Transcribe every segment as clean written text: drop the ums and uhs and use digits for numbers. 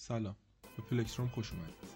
سلام، به پلکتروم خوش اومدید.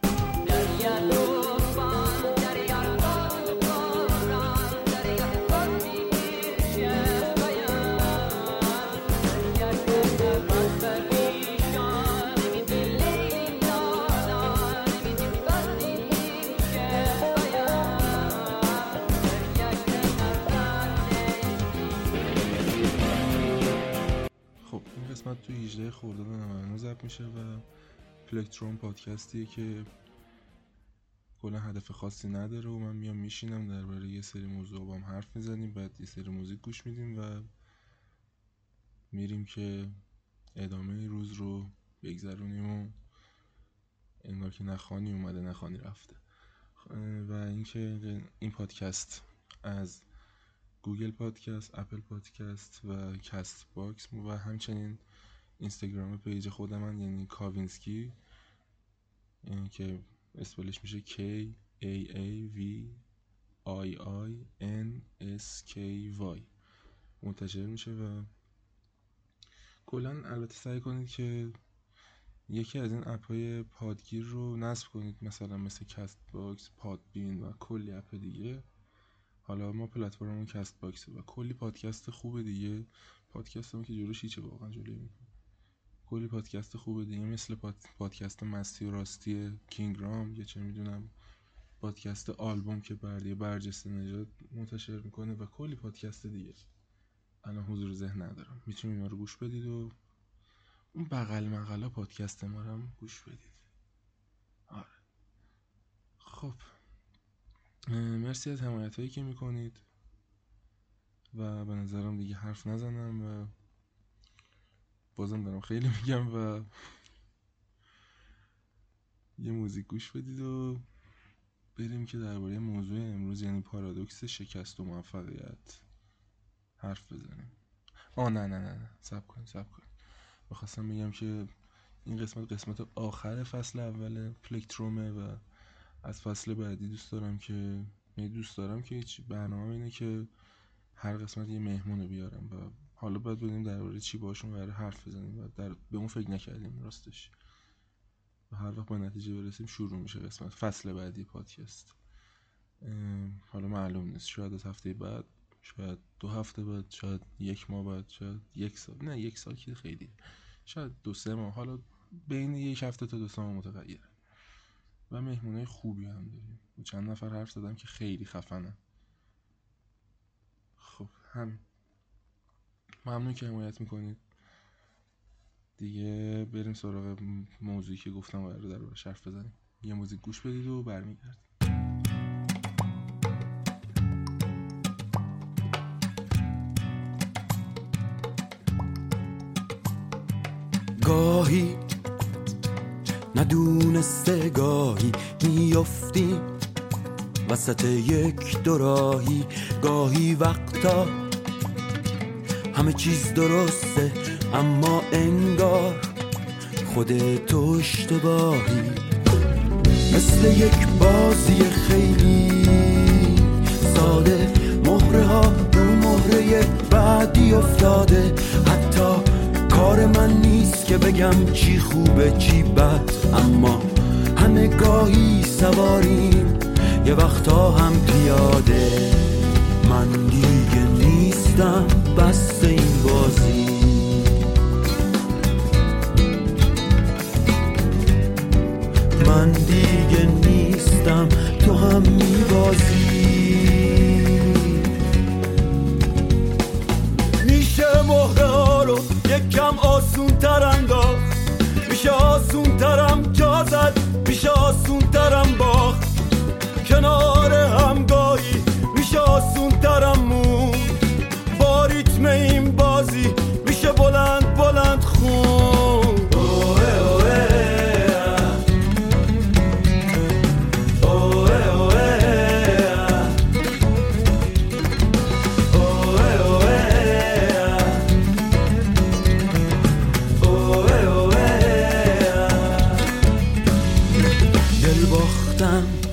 خب این قسمت تو 18 خرداد 99 ضبط میشه و پلکتروم پادکستیه که کلا هدف خاصی نداره و من میام میشینم درباره یه سری موضوع با هم حرف میزنیم، بعد یه سری موزیک گوش میدیم و میریم که ادامه روز رو بگذرونیم و انگار که نخوانی اومده نخوانی رفته. و اینکه این پادکست از گوگل پادکست، اپل پادکست و کست باکس و همچنین اینستاگرام پیج خود من یعنی کاوینسکی که اسپلش میشه KAAVIINSKY منتشر میشه و کلا البته سعی کنید که یکی از این اپ‌های پادگیر رو نصب کنید، مثلا مثل کست باکس، پادبین و کلی اپ دیگه. حالا ما پلتفرممون کست باکس و کلی پادکست خوبه دیگه، پادکستمون که جلوش هیچه واقعا جلوی میکنه. کلی پادکست خوبه دیگه مثل پادکست مستی و راستی کینگرام، یا چه میدونم پادکست آلبوم که برجسته نژاد منتشر میکنه و کلی پادکست دیگه. الان حضور ذهن ندارم، میتونید اینا رو گوش بدید و اون بغل مغلا پادکست ما رو هم گوش بدید. آره خب مرسی از حمایتایی که میکنید و به نظرم دیگه حرف نزنم و بازم دارم خیلی میگم و یه موزیک گوش بدید و بریم که درباره موضوع امروز یعنی پارادوکس شکست و موفقیت حرف بزنیم. نه صبر کن. میخواستم بگم که این قسمت آخر فصل اول پلکترومه و از فصل بعدی دوست دارم که هیچ برنامه اینه که هر قسمت یه مهمونو بیارم و حالا باید بدیم درباره چی باشون قراره حرف بزنیم و به اون فکر نکردیم راستش و هر وقت به نتیجه برسیم شروع میشه قسمت فصل بعدی پادکست. حالا معلوم نیست، شاید از هفته بعد، شاید 2 هفته بعد، شاید 1 ماه بعد، شاید 1 سال، نه 1 سال که خیلی، شاید 2-3 ماه، حالا بین 1 هفته تا 2 ماه متغیره و مهمونای خوبی هم داریم و چند نفر حرف زدم که خیلی خفنن. خب همین، ممنون که حمایت میکنید دیگه. بریم سراغ موضوعی که گفتم قراره دربارش حرف بزنیم. یه موزیک گوش بدید و برمیگردیم. گاهی ندونسته گاهی میافتیم وسط یک دوراهی، گاهی وقتا همه چیز درسته اما انگار خودت اشتباهی، مثل یک بازی خیلی ساده، مهره ها رو مهره بعدی افتاده، حتی کار من نیست که بگم چی خوبه چی بد، اما همه گاهی سواریم یه وقتا هم پیاده. من دیگه نیستم بس این بازی، من دیگه نیستم تو هم میبازی. میشه مهره ها رو یکم آسون تر انداخت، میشه آسون ترم جا زد، میشه آسون ترم باخت، کنار همگاهی میشه آسون ترم موند، با ریتم این بازی میشه بلند بلند خون.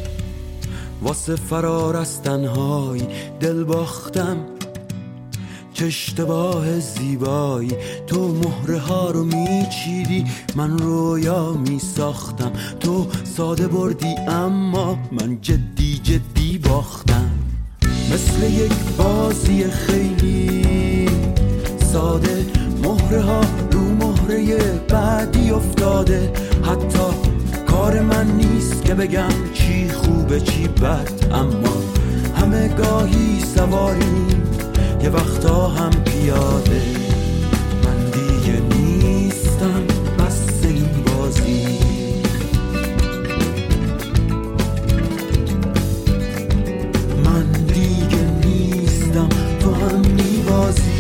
واسه فرار از تنهایی، دل باختم چه اشتباه زیبایی، تو مهره ها رو میچیدی، من رویا میساختم، تو ساده بردی اما من جدی جدی باختم. مثل یک بازی خیلی ساده، مهره ها رو مهره بعدی افتاده، حتی کار من نیست که بگم چی خوبه چی بد، اما همه گاهی سواریم یه وقتا هم پیاده. من دیگه نیستم بس این بازی، من دیگه نیستم تو هم میبازی.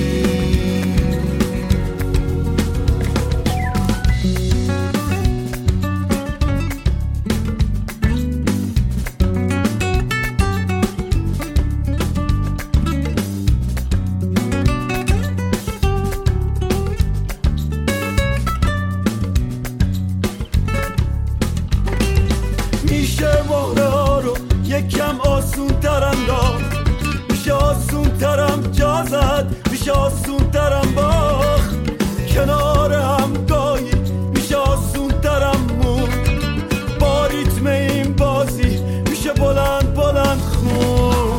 یکم آسون تر انداخت، میشه آسون ترم جا زد، میشه آسون ترم باخت، کنار هم گاهی میشه آسون ترم موند، با ریتم این بازی میشه بلند بلند خون.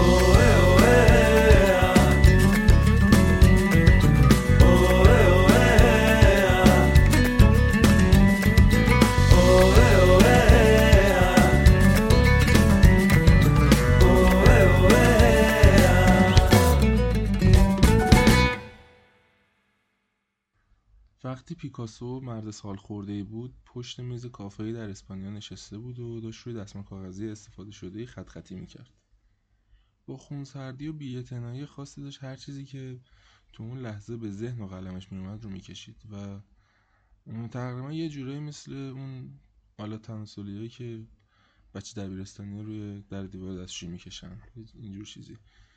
وقتی پیکاسو مرد سال خورده‌ای بود، پشت میز کافه‌ای در اسپانیا نشسته بود و داشت روی دستمال کاغذی استفاده شده‌ای خط خطی می‌کرد. با خونسردی و بی‌اعتنایی خاصی داشت هر چیزی که تو اون لحظه به ذهن و قلمش میومد رو می‌کشید و تقریبا یه جورایی مثل اون آلات تناسلی‌هایی که بچه دبیرستانی روی در دیوار دستشویی می‌کشن، اینجور چیزی.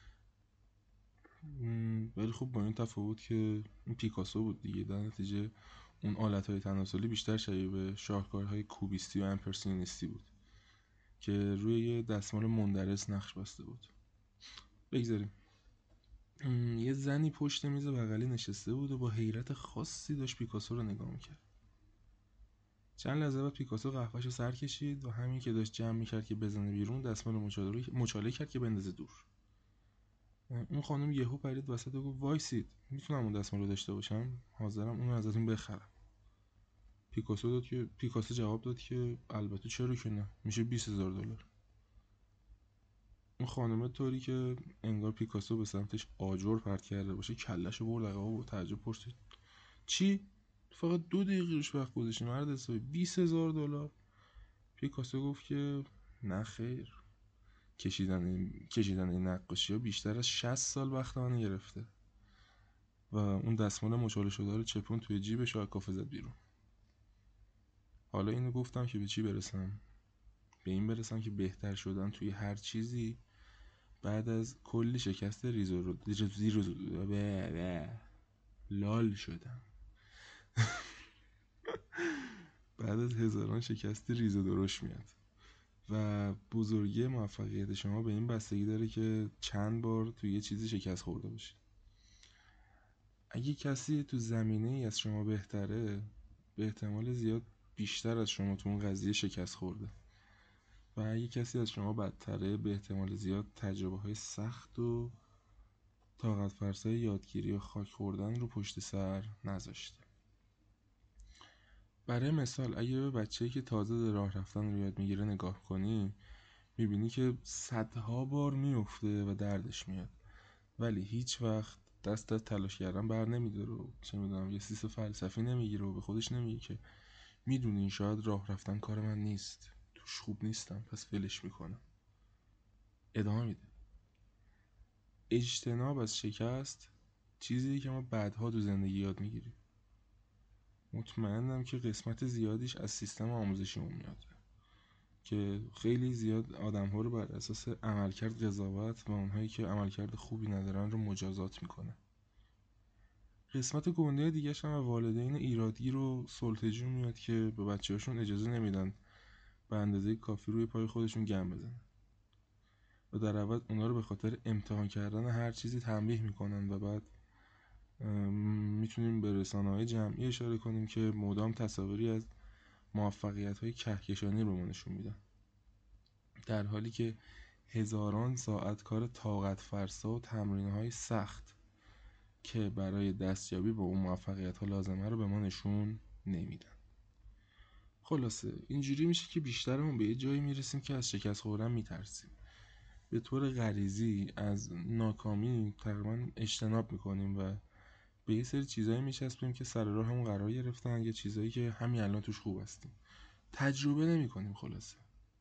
ولی خب با این تفاوت که این پیکاسو بود دیگه، در نتیجه اون آلت‌های تناسلی بیشتر شبیه به شاهکارهای کوبیستی و امپرسیونیستی بود که روی یه دستمال مندرس نقش بسته بود. بگذاریم. یه زنی پشت میز بغلی نشسته بود و با حیرت خاصی داشت پیکاسو رو نگاه میکرد. چند لحظه بعد پیکاسو قهوه‌شو سر کشید و همین که داشت جمع میکرد که بزنه بیرون، دستمال مچاله کرد که بندازه دور. اون خانم یهو پرید وسط و گفت وایسید، میتونم اون دستمال رو داشته باشم؟ حاضرم اون رو ازتون بخرم. پیکاسو جواب داد که البته چرا که نه، میشه $20,000. اون خانم طوری که انگار پیکاسو به سمتش آجر پرت کرده باشه کلهشو برد عقب و تعجب پرسید چی؟ فقط 2 دقیقه روش وقت گذاشتی مرد حسابی، $20,000؟ پیکاسو گفت که نه خیر، کشیدن این نقاشی ها بیشتر از 60 سال وقت من گرفته. و اون دستمال مچاله شده رو چپون توی جیبش و از کافه زد بیرون. حالا اینو گفتم که به چی برسم؟ به این برسم که بهتر شدن توی هر چیزی بعد از کلی شکست لال شدم. بعد از هزاران شکست ریز و درشت میاد و بزرگی موفقیت شما به این بستگی داره که چند بار توی یه چیزی شکست خورده باشید. اگه کسی تو زمینه ای از شما بهتره، به احتمال زیاد بیشتر از شما تو اون قضیه شکست خورده و اگه کسی از شما بدتره، به احتمال زیاد تجربه های سخت و طاقت فرسای یادگیری و خاک خوردن رو پشت سر نذاشته. برای مثال اگه به بچه‌ای که تازه در راه رفتن رو یاد میگیره نگاه کنی، میبینی که صدها بار میفته و دردش میاد، ولی هیچ وقت دست از تلاش کردن بر نمیداره و چه میدونم یه سیس فلسفی نمیگیره و به خودش نمیگه که میدونی شاید راه رفتن کار من نیست، توش خوب نیستم، پس ولش میکنم. ادامه میده. اجتناب از شکست چیزیه که ما بعدها تو زندگی یاد میگیریم. مطمئنم که قسمت زیادیش از سیستم آموزشیمون میاد که خیلی زیاد آدم‌ها رو بر اساس عملکرد قضاوت و اونهایی که عملکرد خوبی ندارن رو مجازات میکنه. قسمت گنده دیگه‌ش هم والدین ایرادگیر و سلطه‌جو میاد که به بچه‌هاشون اجازه نمیدن به اندازه کافی روی پای خودشون گم بزنن. و در عوض اونا رو به خاطر امتحان کردن هر چیزی تنبیه میکنن و بعد میتونیم به رسانه‌های جمعی اشاره کنیم که مدام تصاویری از موفقیت‌های کهکشانی رو ما نشون میدن، در حالی که هزاران ساعت کار طاقت فرسا و تمرین‌های سخت که برای دستیابی به اون موفقیت‌ها لازمه رو به ما نشون نمیدن. خلاصه اینجوری میشه که بیشترمون به یه جایی میرسیم که از شکست خوردن میترسیم. به طور غریزی از ناکامی تقریبا اجتناب میکنیم و به یه سری چیزایی میچسبیم که سر راه همون قرار گرفتن، یه چیزایی که همین الان توش خوب هستیم. تجربه نمیکنیم خلاصه.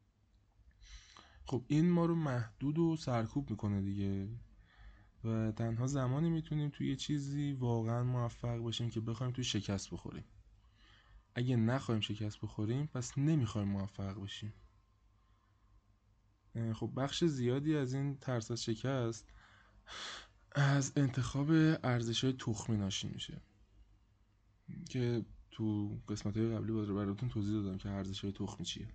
خب این ما رو محدود و سرکوب میکنه دیگه و تنها زمانی میتونیم توی یه چیزی واقعا موفق باشیم که بخوایم توی شکست بخوریم. اگه نخوایم شکست بخوریم پس نمیخوایم موفق بشیم. خب بخش زیادی از این ترس از شکست از انتخاب ارزش‌های تخمی ناشی میشه که تو قسمت‌های قبلی براتون توضیح دادم که ارزش‌های تخمی چیه.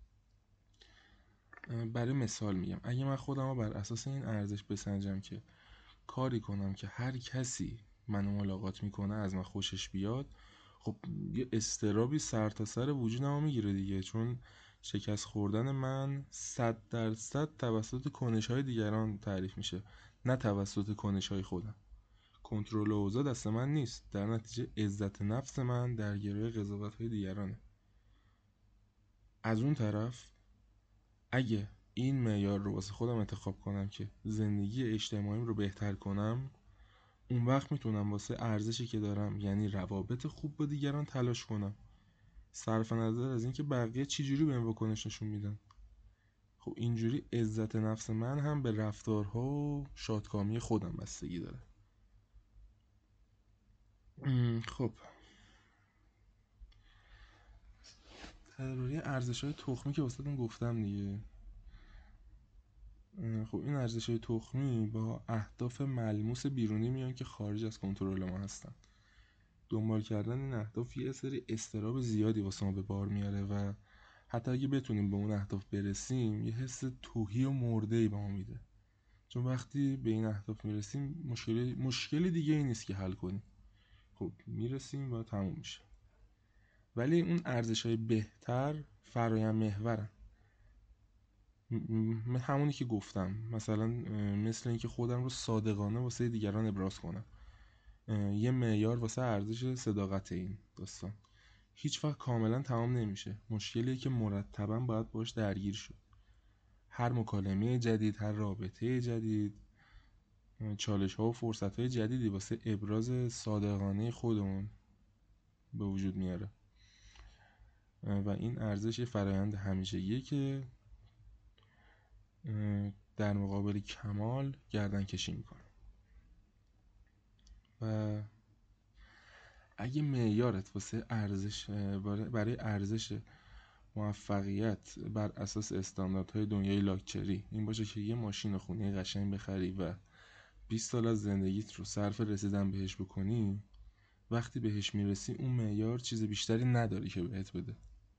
برای مثال میگم اگه من خودم رو بر اساس این ارزش بسنجم که کاری کنم که هر کسی منو ملاقات میکنه از من خوشش بیاد، خب یه اضطرابی سر تا سر وجودمو میگیره دیگه، چون شکست خوردن من 100% توسط کنش‌های دیگران تعریف میشه، نه توسط کنش‌های خودم. کنترل اوضاع دست من نیست، در نتیجه عزت نفس من در گروه قضاوت‌های دیگرانه. از اون طرف اگه این معیار رو واسه خودم انتخاب کنم که زندگی اجتماعیم رو بهتر کنم، اون وقت میتونم واسه ارزشی که دارم، یعنی روابط خوب با دیگران، تلاش کنم، صرف نظر از اینکه بقیه چی جوری بهم واکنش نشون میدن. خب اینجوری عزت نفس من هم به رفتارها و شادکامی خودم بستگی داره. خب درباره ارزش‌های تخمی که واسهتون گفتم دیگه. خب این ارزش‌های تخمی با اهداف ملموس بیرونی میان که خارج از کنترل ما هستن. دنبال کردن این اهداف یه سری اضطراب زیادی واسه ما به بار میاره و حتی اگه بتونیم به اون اهداف برسیم یه حس تهی و مرده‌ای به ما میده، چون وقتی به این اهداف میرسیم مشکل دیگه ای نیست که حل کنیم. خب میرسیم و تموم میشه. ولی اون ارزش‌های بهتر فرایند محورن، همونی که گفتم، مثلا مثل اینکه خودم رو صادقانه واسه دیگران ابراز کنم، یه معیار واسه ارزش صداقت. این داستان هیچ وقت کاملا تمام نمیشه، مشکلیه که مرتبا باید باش درگیر شد. هر مکالمه جدید، هر رابطه جدید، چالش ها و فرصت های جدیدی واسه ابراز صادقانه خودمون به وجود میاره و این ارزش یه فرایند همیشگیه که در مقابل کمال گردن کشی میکنه. و اگه معیارت واسه ارزش برای ارزش موفقیت بر اساس استانداردهای دنیای لاکچری این باشه که یه ماشین خونه قشنگ بخری و 20 سال از زندگیت رو صرف رسیدن بهش بکنی، وقتی بهش میرسی اون معیار چیز بیشتری نداری که بهت بده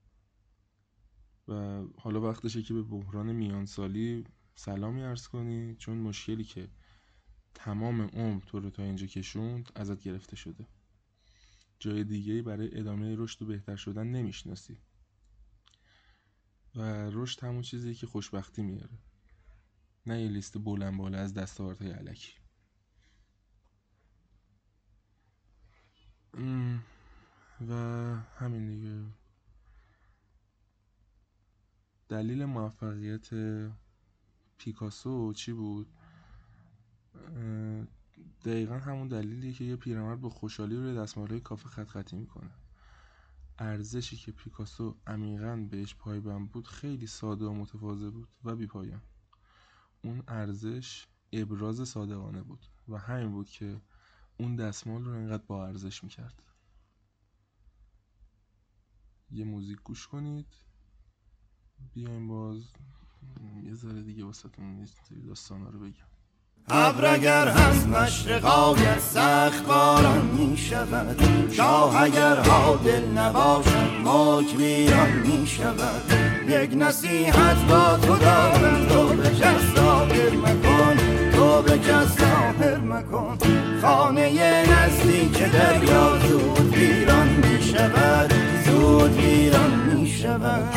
و حالا وقتشه که به بحران میانسالی سلامی عرض کنی، چون مشکلی که تمام عمر تو رو تا اینجا کشوند ازت گرفته شده. جای دیگه‌ای برای ادامه رشد و بهتر شدن نمیشناسی و رشد همون چیزیه که خوشبختی میاره، نه یه لیست بلند بالا از دستاوردهای الکی. و همین دیگه. دلیل موفقیت پیکاسو چی بود؟ دقیقا همون دلیلیه که یه پیرمرد با خوشحالی روی دستمالهای کافه خط خطی میکنه. ارزشی که پیکاسو عمیقاً بهش پایبند بود خیلی ساده و متواضع بود و بی‌پایان. اون ارزش ابراز صادقانه بود و همین بود که اون دستمال رو انقدر با ارزش میکرد. یه موزیک گوش کنید، بیایم باز یه ذره دیگه واسهتون یه سری داستانا رو بگم. ابر اگر از مشرقای سخت باران می شود، شاه اگر عادل نباشد ملک ویران می شود. یک نصیحت با تو دارم، تو به کس ظاهر مکن، تو به کس ظاهر مکن. خانه نزدیک دریا زود ویران می شود، زود ویران می شود.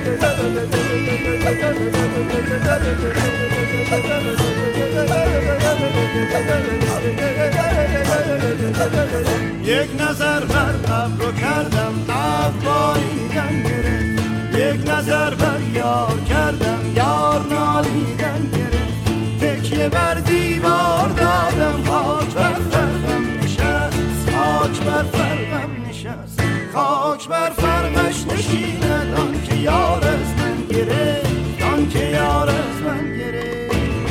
یک نظر بر ابر کردم، ابر باریدن گرفت. یک نظر بر یار کردم، یار نالیدن گرفت. تکیه بر دیوار دادم، خاک بر فرقم نشست، خاک بر فرقم نشست. خاک بر فرقش نشیند آن که یار از من گرفت، آن که یار از من گرفت.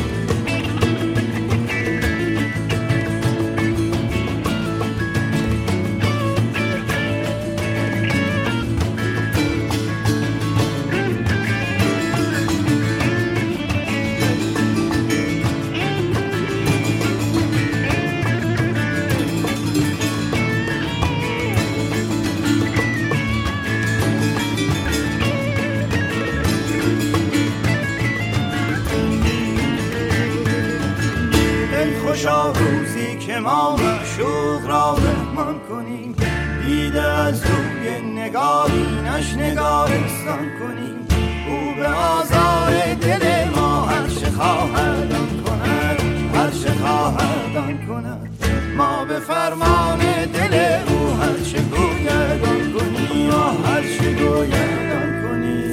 خوشا روزی که ما معشوق را مهمان کنیم، دیده از روی نگارینش نگارستان کنیم. او به آزار دل ما هر چه خواهد آن کند، هر چه خواهد آن کند. ما به فرمان دل او هر چه گوید آن کنیم، هر چه گوید آن کنیم.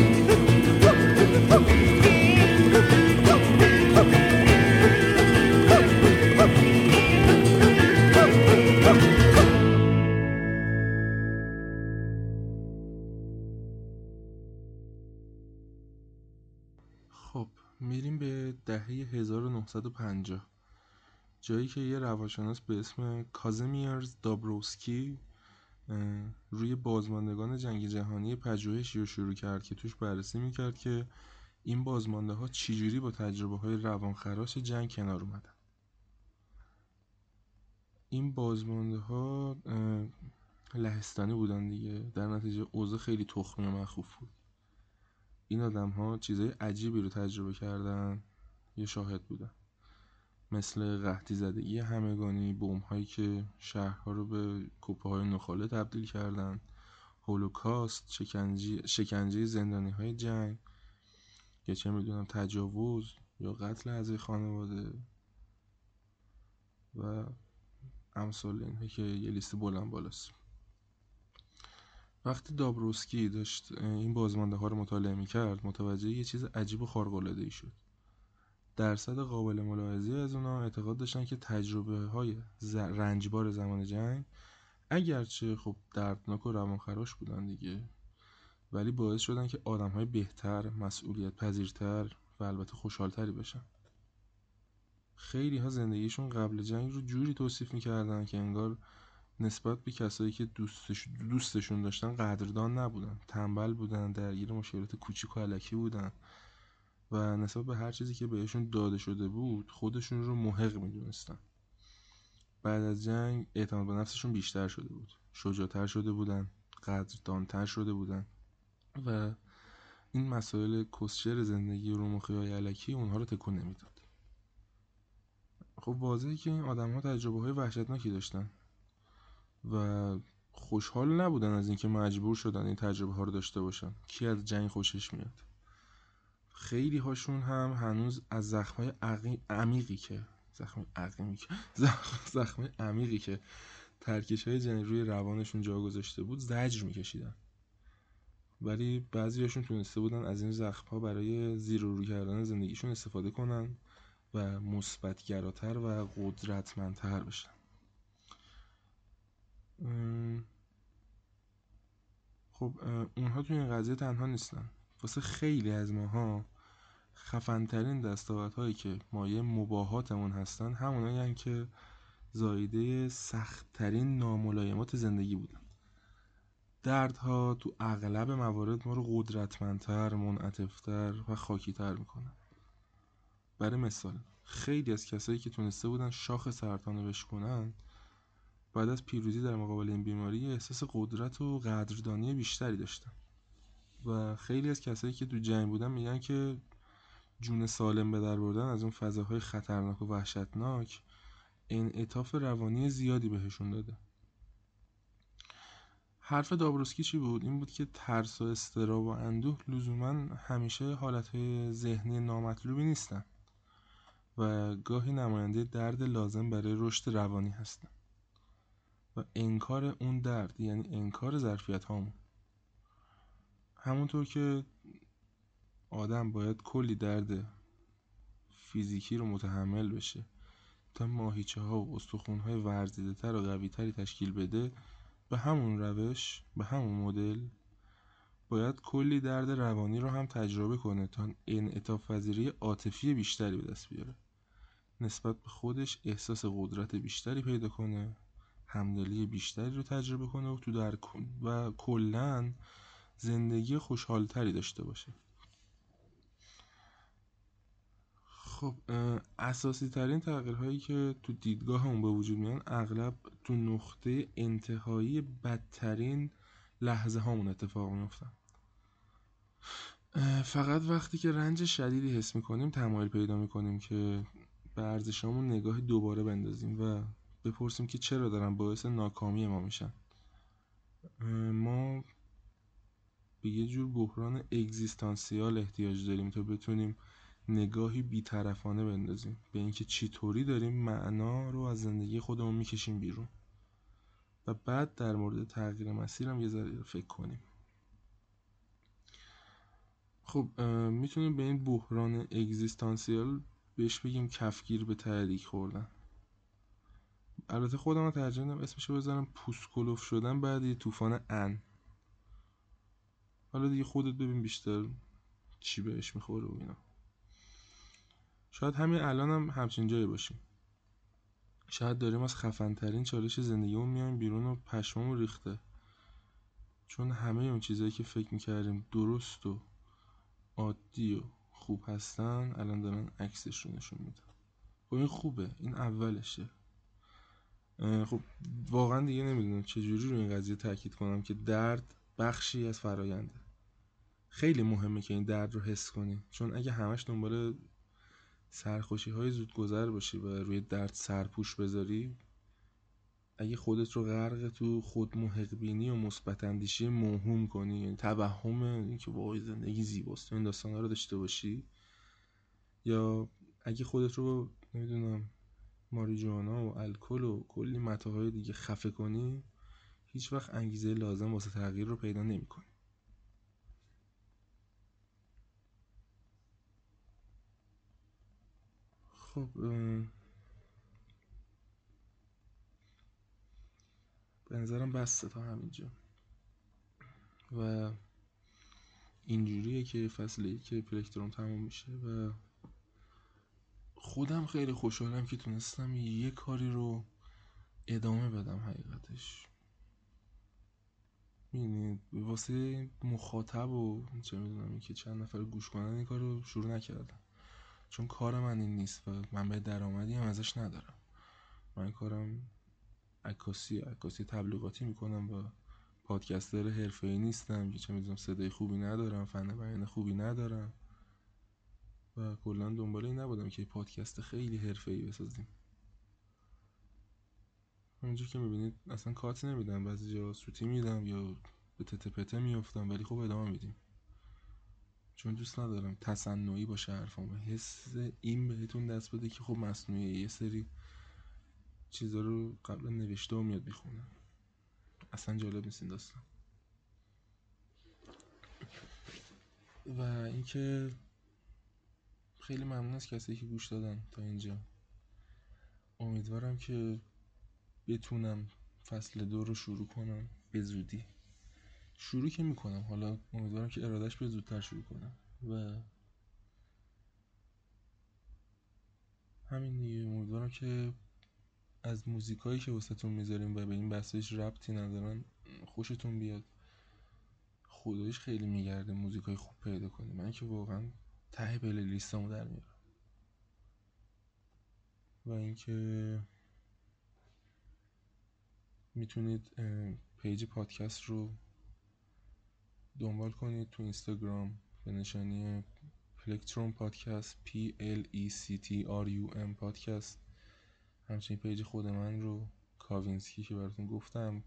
خب میریم به دهه 1950، جایی که یه روانشناس به اسم کازمیرز دابروسکی روی بازماندگان جنگ جهانی پژوهشی رو شروع کرد که توش بررسی میکرد که این بازمانده ها چجوری با تجربه های روانخراش جنگ کنار اومدن. این بازمانده ها لهستانی بودن دیگه، در نتیجه اوضاع خیلی تخمی و مخوف بود. این آدم ها چیزای عجیبی رو تجربه کردن، یه شاهد بودن، مثل قحطی زدگی همگانی، بمب هایی که شهرها رو به کوپه های نخاله تبدیل کردن، هولوکاست، شکنجه زندانی های جنگ، یا چه میدونم تجاوز یا قتل اعضای خانواده و امثال اینه که یه لیست بلند بالاست. وقتی دابروسکی داشت این بازمانده ها رو مطالعه میکرد، متوجه یه چیز عجیب و خارق‌العاده‌ای شد. درصد قابل ملاحظه‌ای از اونا اعتقاد داشتن که تجربه های رنجبار زمان جنگ اگرچه خب دردناک و روانخراش بودن دیگه، ولی باعث شدن که آدم های بهتر، مسئولیت پذیرتر و البته خوشحالتری بشن. خیلی ها زندگیشون قبل جنگ رو جوری توصیف میکردن که انگار نسبت به کسایی که دوستشون داشتن قدردان نبودن، تنبل بودن، درگیر مشکلات کوچیک و الکی بودن و نسبت به هر چیزی که بهشون داده شده بود خودشون رو محق میدونستن. بعد از جنگ اعتماد به نفسشون بیشتر شده بود، شجاعتر شده بودن، قدردانتر شده بودن و این مسائل کسچر زندگی و رومخیای الکی اونها رو تکون نمیداد. خب واضحه که این آدم ها تجربه های وحشتناکی داشتن و خوشحال نبودن از اینکه مجبور شدن این تجربه ها رو داشته باشن. کی از جنگ خوشش میاد؟ خیلی هاشون هم هنوز از زخمای عمیقی که ترکش های جنگ روی روانشون جا گذاشته بود زجر میکشیدن، ولی بعضی هاشون تونسته بودن از این زخم ها برای زیر و رو کردن زندگیشون استفاده کنن و مثبت‌گراتر و قدرتمندتر بشن. خب اونها توی این قضیه تنها نیستن. واسه خیلی از ماها خفن‌ترین دستاوردهایی که مایه مباهاتمون هستن همونایی هستن که زایده سخت‌ترین ناملایمات زندگی بودن. دردها تو اغلب موارد ما رو قدرتمندتر، منعطف‌تر و خاکی‌تر میکنن. برای مثال خیلی از کسایی که تونسته بودن شاخ سرطان رو بشکنن بعد از پیروزی در مقابل این بیماری احساس قدرت و قدردانی بیشتری داشتن و خیلی از کسایی که تو جنگ بودن میگن که جون سالم به در بردن از اون فضاهای خطرناک و وحشتناک انعطاف روانی زیادی بهشون داده. حرف دابروسکی چی بود؟ این بود که ترس و اضطراب و اندوه لزوما همیشه حالتهای ذهنی نامطلوبی نیستن و گاهی نماینده درد لازم برای رشد روانی هستن و انکار اون درد یعنی انکار ظرفیت هامون. همونطور که آدم باید کلی درد فیزیکی رو متحمل بشه تا ماهیچه ها و استخوان های ورزیده تر و قوی تری تشکیل بده، به همون روش، به همون مدل باید کلی درد روانی رو هم تجربه کنه تا انعطاف پذیری عاطفی بیشتری به دست بیاره، نسبت به خودش احساس قدرت بیشتری پیدا کنه، همدلی بیشتری رو تجربه کنه و تو در و کلاً زندگی خوشحالتری داشته باشه. خب اساسی ترین تغییرهایی که تو دیدگاهمون به وجود میان اغلب تو نقطه انتهایی بدترین لحظه هامون اتفاق میفتن. فقط وقتی که رنج شدیدی حس میکنیم تمایل پیدا میکنیم که به ارزشامون نگاهی دوباره بندازیم و بپرسیم که چرا دارن باعث ناکامی ما میشن. ما به یه جور بحران اگزیستانسیال احتیاج داریم تا بتونیم نگاهی بی‌طرفانه بندازیم به اینکه چطوری داریم معنا رو از زندگی خودمون میکشیم بیرون و بعد در مورد تغییر مسیرم یه ذره فکر کنیم. خب میتونیم به این بحران اگزیستانسیال بهش بگیم کفگیر به تحریک خوردن. البته خودم ترجیح میدم اسمشو بذارم پوسکلوف شدن بعد یه طوفان ان. حالا دیگه خودت ببین بیشتر چی بهش میخوره و اینا. شاید همین الان هم همچین جایی باشیم. شاید داریم از خفن ترین چالش زندگیمون میایم بیرون و پشمامون ریخته، چون همه اون چیزایی که فکر میکردیم درست و عادی و خوب هستن الان دارن عکسش رو نشون میدن. خب این خوبه، این اولشه. خب واقعا دیگه نمیدونم چجوری رو این قضیه تاکید کنم که درد بخشی از فراینده. خیلی مهمه که این درد رو حس کنی، چون اگه همش دنبال سرخوشی های زودگذر باشی و روی درد سرپوش بذاری، اگه خودت رو غرق تو خود محق بینی و مثبت اندیشی موهوم کنی، یعنی توهم اینکه وای زندگی زیباست، این داستانا رو داشته باشی، یا اگه خودت رو نمیدونم ماریجوانا و الکل و کلی متاهای دیگه خفه کنی، هیچ وقت انگیزه لازم واسه تغییر رو پیدا نمی‌کنی. خب به نظرم بسته تا همینجا و اینجوریه که فصل که پلکترون تموم میشه و خودم خیلی خوشحالم که تونستم یه کاری رو ادامه بدم. حقیقتش می‌بینید واسه مخاطب و چه میدونم که چند نفر گوش کنن این کار رو شروع نکردم، چون کار من این نیست و من به درآمدی هم ازش ندارم. من کارم عکاسی تبلیغاتی میکنم و پادکستر حرفه‌ای نیستم که چه میدونم صدای خوبی ندارم، فن بیان خوبی ندارم و کلا دنبال این نبودم که پادکست خیلی حرفه‌ای بسازیم. همونجور که میبینید اصلا کات نمیدم، بعضی جا سوتی میدم یا به تته پته میافتم، ولی خب ادامه میدیم چون دوست ندارم تصنعی باشه حرفم. حس این بهتون دست بده که خب مصنوعی یه سری چیزا رو قبلا نوشته و میاد میخونه. اصلا جالب نیست این داستان. و اینکه خیلی ممنون از کسی که گوش دادن تا اینجا. امیدوارم که بتونم فصل 2 رو شروع کنم به زودی. شروع که میکنم، حالا امیدوارم که ارادش به زودتر شروع کنم و همین دیگه. امیدوارم که از موزیکایی که واسهتون میذاریم و به این بحثش ربطی ندارن خوشتون بیاد. خداییش خیلی میگرده موزیکای خوب پیدا کنیم. من که واقعا ته پلی لیستامو در میارم. و اینکه میتونید پیج پادکست رو دنبال کنید تو اینستاگرام به نشانی پلکتروم پادکست PLECTRUM پادکست. همچنین پیج خود من رو کاوینسکی که براتون گفتم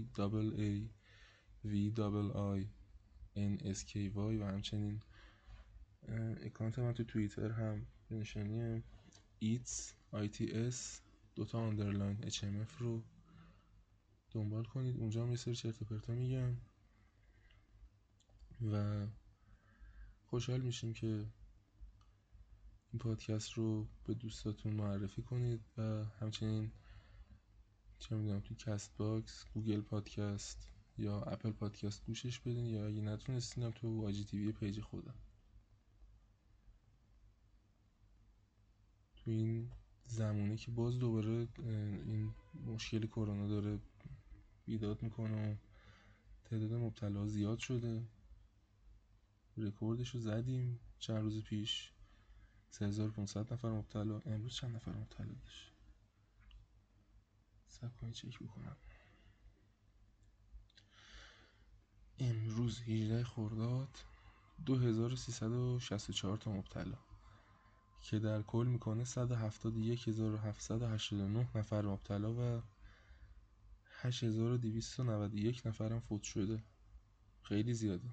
KAAVIINSKY و همچنین اکانت من تو توییتر هم به نشانی ITS HMF رو دنبال کنید. اونجا هم یه سری چرت و پرتا میگم و خوشحال میشیم که این پادکست رو به دوستاتون معرفی کنید و همچنین چه میدونم تو کست باکس، گوگل پادکست یا اپل پادکست گوشش بدین، یا اگه نتونستین تو واجی تیوی پیج خودم. تو این زمانی که باز دوباره این مشکل کرونا داره بیداد میکنه و تعداد مبتلا زیاد شده، رکوردش رو زدیم چند روز پیش 3500 نفر مبتلا. امروز چند نفر مبتلا داشت؟ صبر کنید چک بکنم. امروز 18 خرداد 2364 تا مبتلا که در کل میکنه 171789 نفر مبتلا و 8291 نفرم فوت شده. خیلی زیاده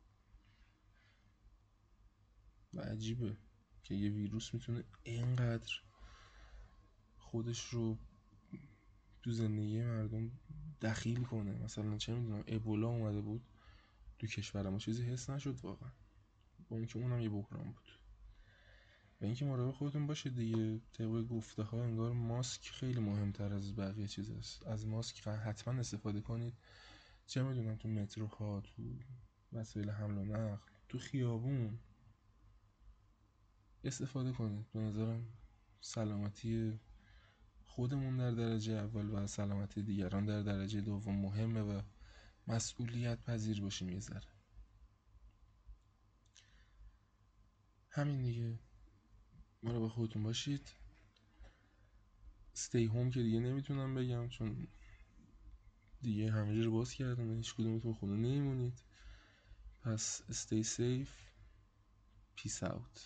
و عجیبه که یه ویروس میتونه اینقدر خودش رو تو زندگی مردم دخیل کنه. مثلا چه میدونم ابولا اومده بود تو کشور ما چیزی حس نشد واقعا، با اینکه اونم یه بحران بود. و اینکه مراقب خودتون باشید دیگه. طبق گفته ها انگار ماسک خیلی مهمتر از بقیه چیز است. از ماسک حتما استفاده کنید، چه میدونم تو متروها، تو وسایل حمل و نقل، تو خیابون استفاده کنید. به نظرم سلامتی خودمون در درجه اول و سلامتی دیگران در درجه دوم مهمه و مسئولیت پذیر باشیم یه ذره. همین دیگه. مراقب خودتون باشید. stay home که دیگه نمیتونم بگم چون دیگه همه جا رو باز کردم، هیچ کدومتون خونه نمیمونید. پس stay safe. peace out.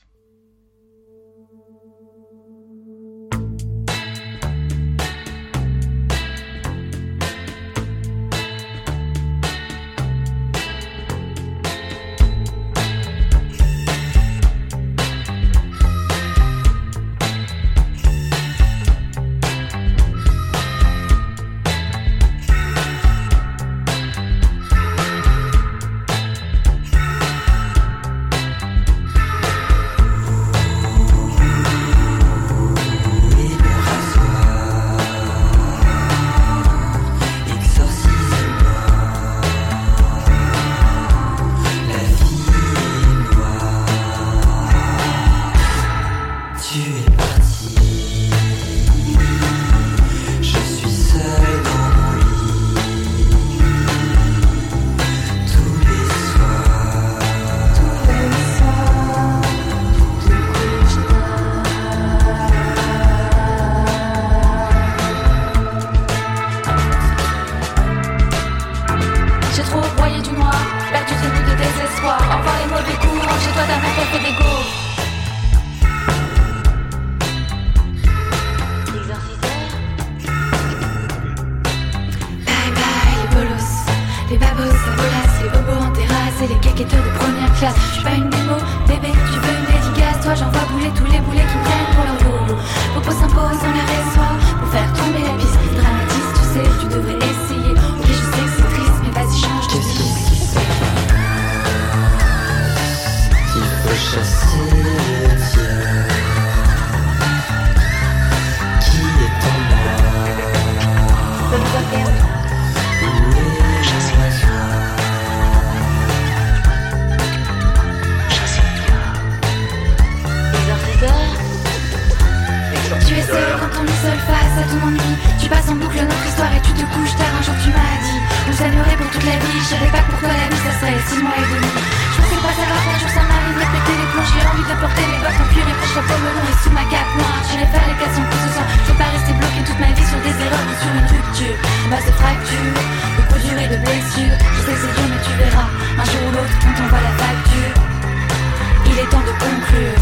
Je savais pas pourquoi la vie ça serait 6 mois et demi. Je pensais pas savoir qu'un jour ça m'arriverait, péter les plombs, j'ai envie de porter mes bottes en cuir et pour que je sois pas melon et sous ma cape noire. J'irai faire les 400 coups ce soir. Je veux pas rester bloqué toute ma vie sur des erreurs ou sur une rupture. Base de fractures, de coups durs et de blessures. Je sais que c'est dur mais tu verras, un jour ou l'autre on t'envoie la facture. Il est temps de conclure.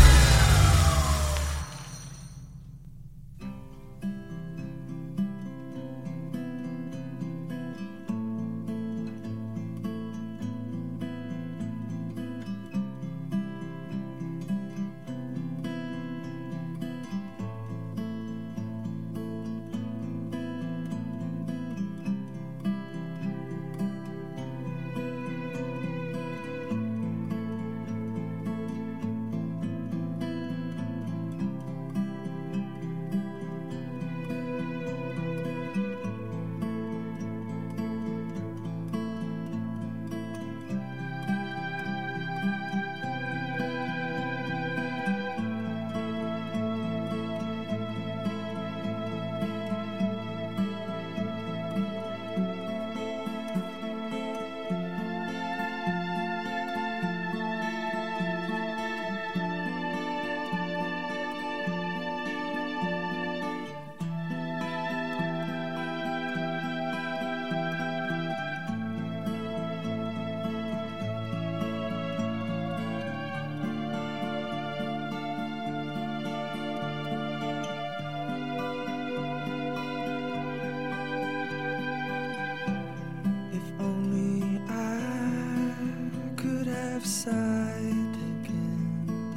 Side again.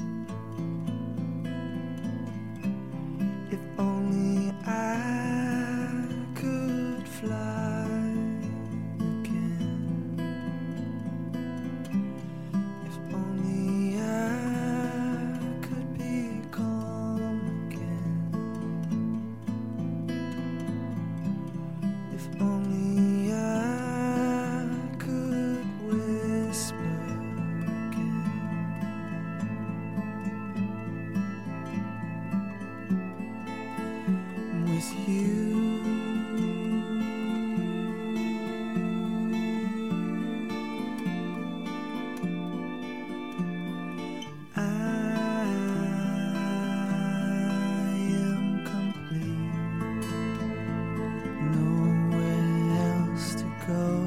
If only I could fly again. If only I could be calm again. If only I could whisper with you. I am complete, nowhere else to go.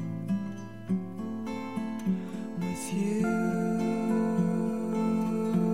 With you.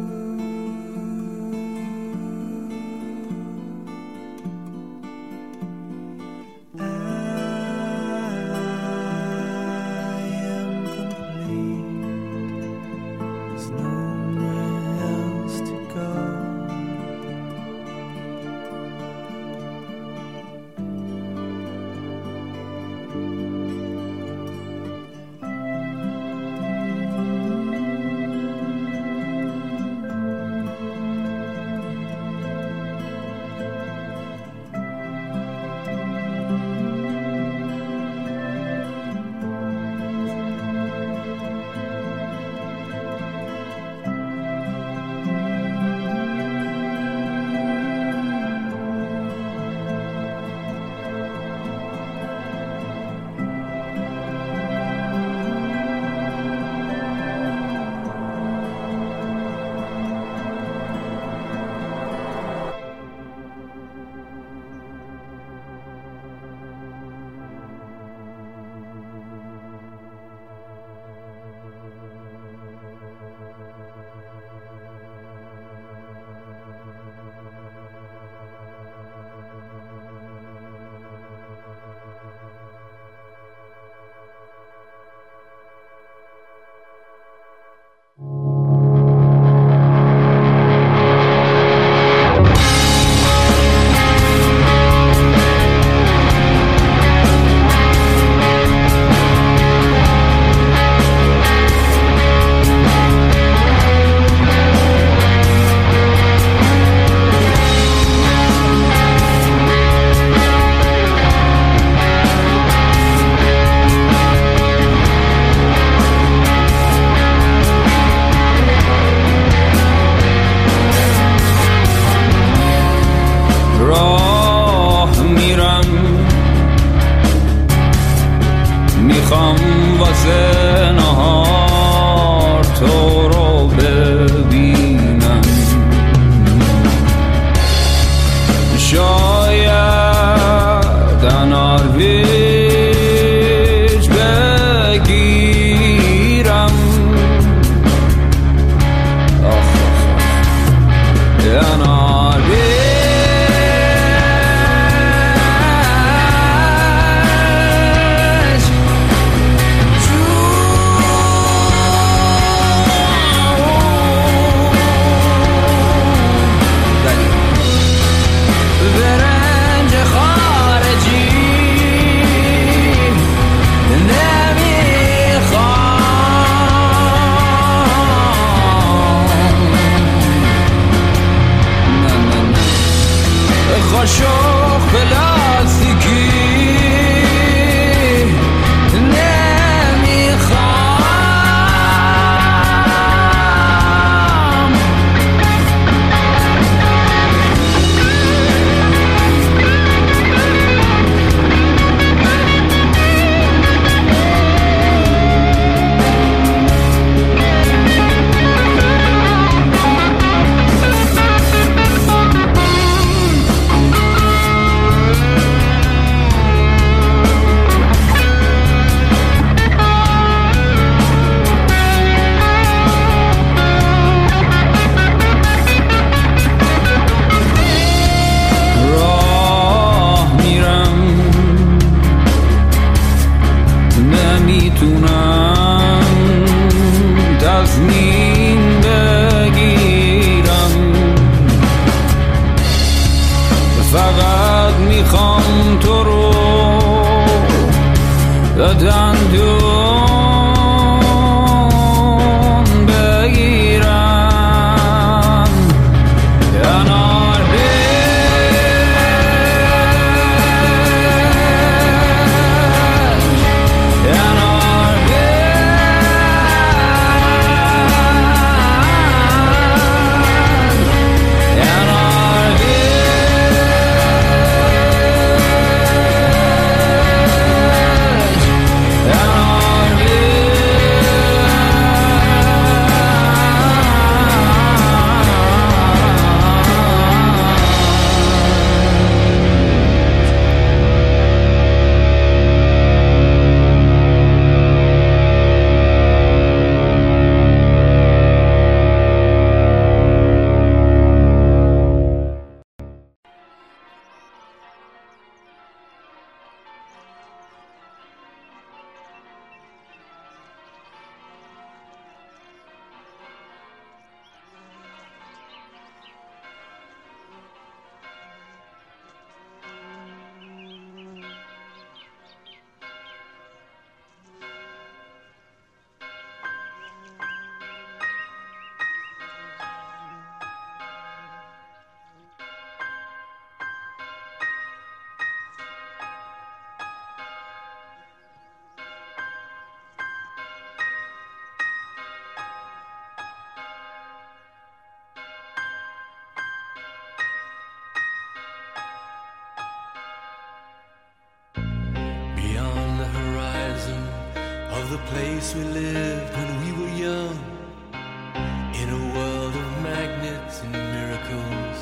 place we lived when we were young, in a world of magnets and miracles.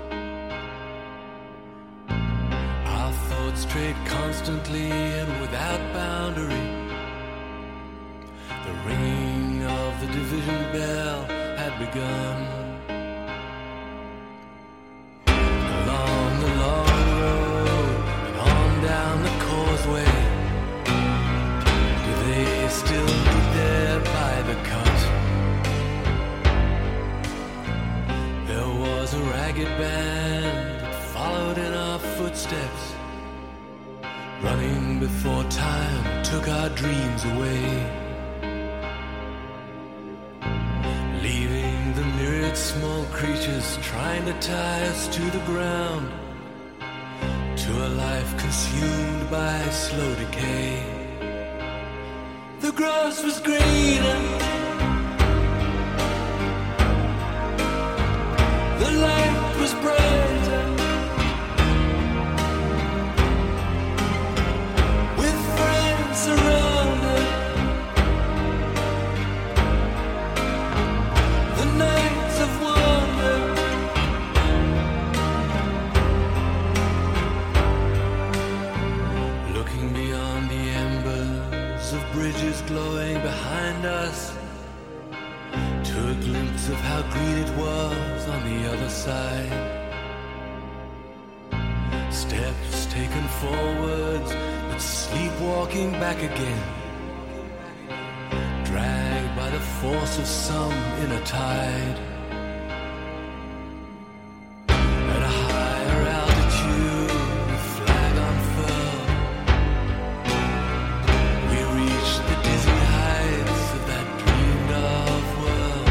Our thoughts strayed constantly and without boundary. The ringing of the division bell had begun. Along the long road and on down the causeway, do they still meet there by the cut? There was a ragged band that followed in our footsteps, running before time took our dreams away, leaving the myriad small creatures trying to tie us to the ground, to a life consumed by slow decay. The grass was greener, the light was brighter, with friends around us. The nights of wonder, looking beyond the embers of bridges glowing behind us, to a glimpse of how green it was on the other side. Steps taken forwards, but sleepwalking back again, dragged by the force of some inner tide. At a higher altitude, the flag unfurled, we reached the dizzy heights of that dreamed of world.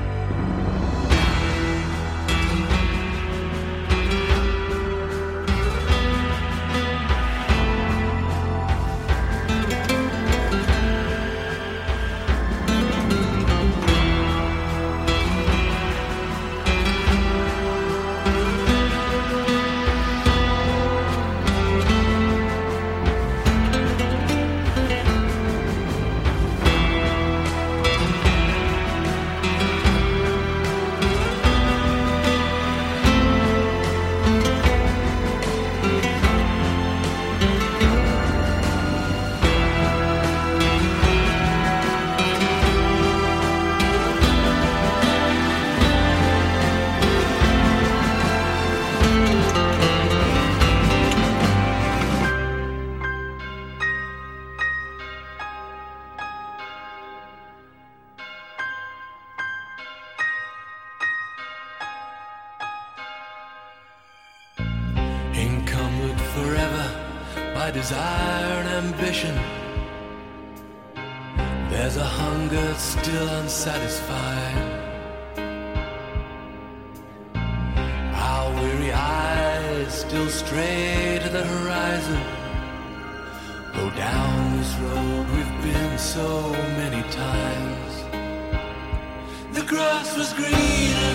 Encumbered forever by desire and ambition, there's a hunger still unsatisfied. Our weary eyes still stray to the horizon, go down this road we've been so many times. The grass was greener,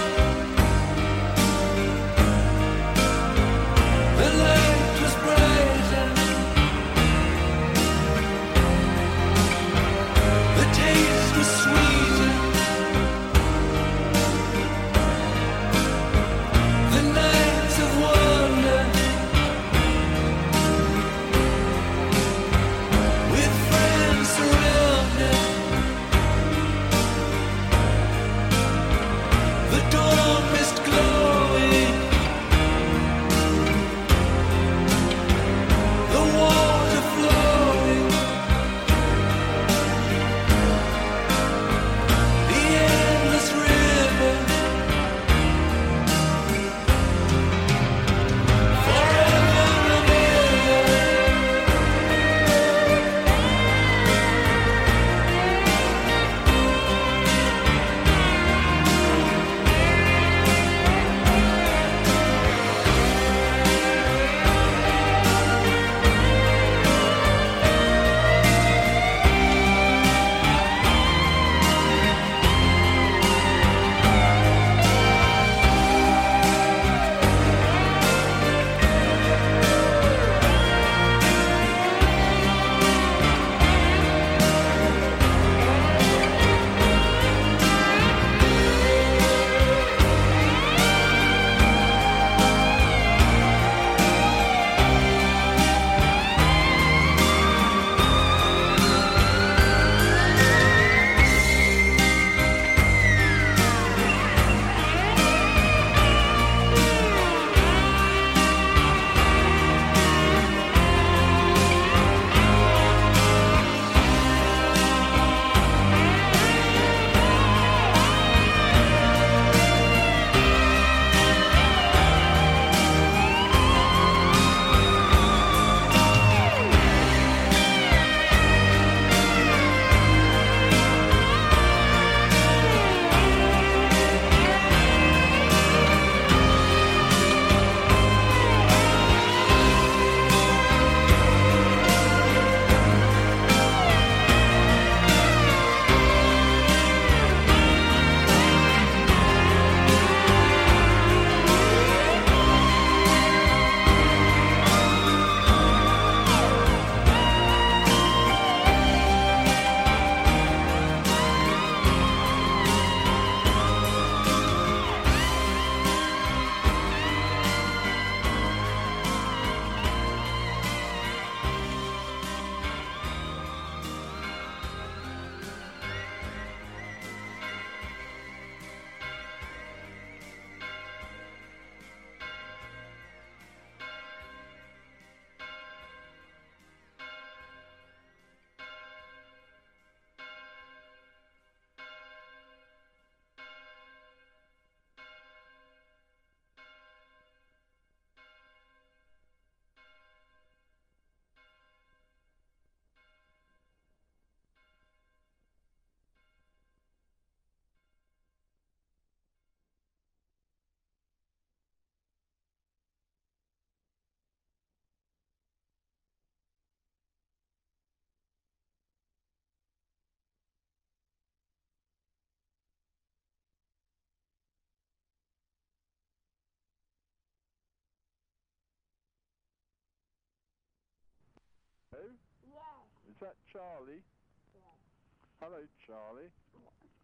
the light was brighter, the taste was sweeter, the nights of wonder, with friends surrounded. that Charlie? Yeah. Hello, Charlie.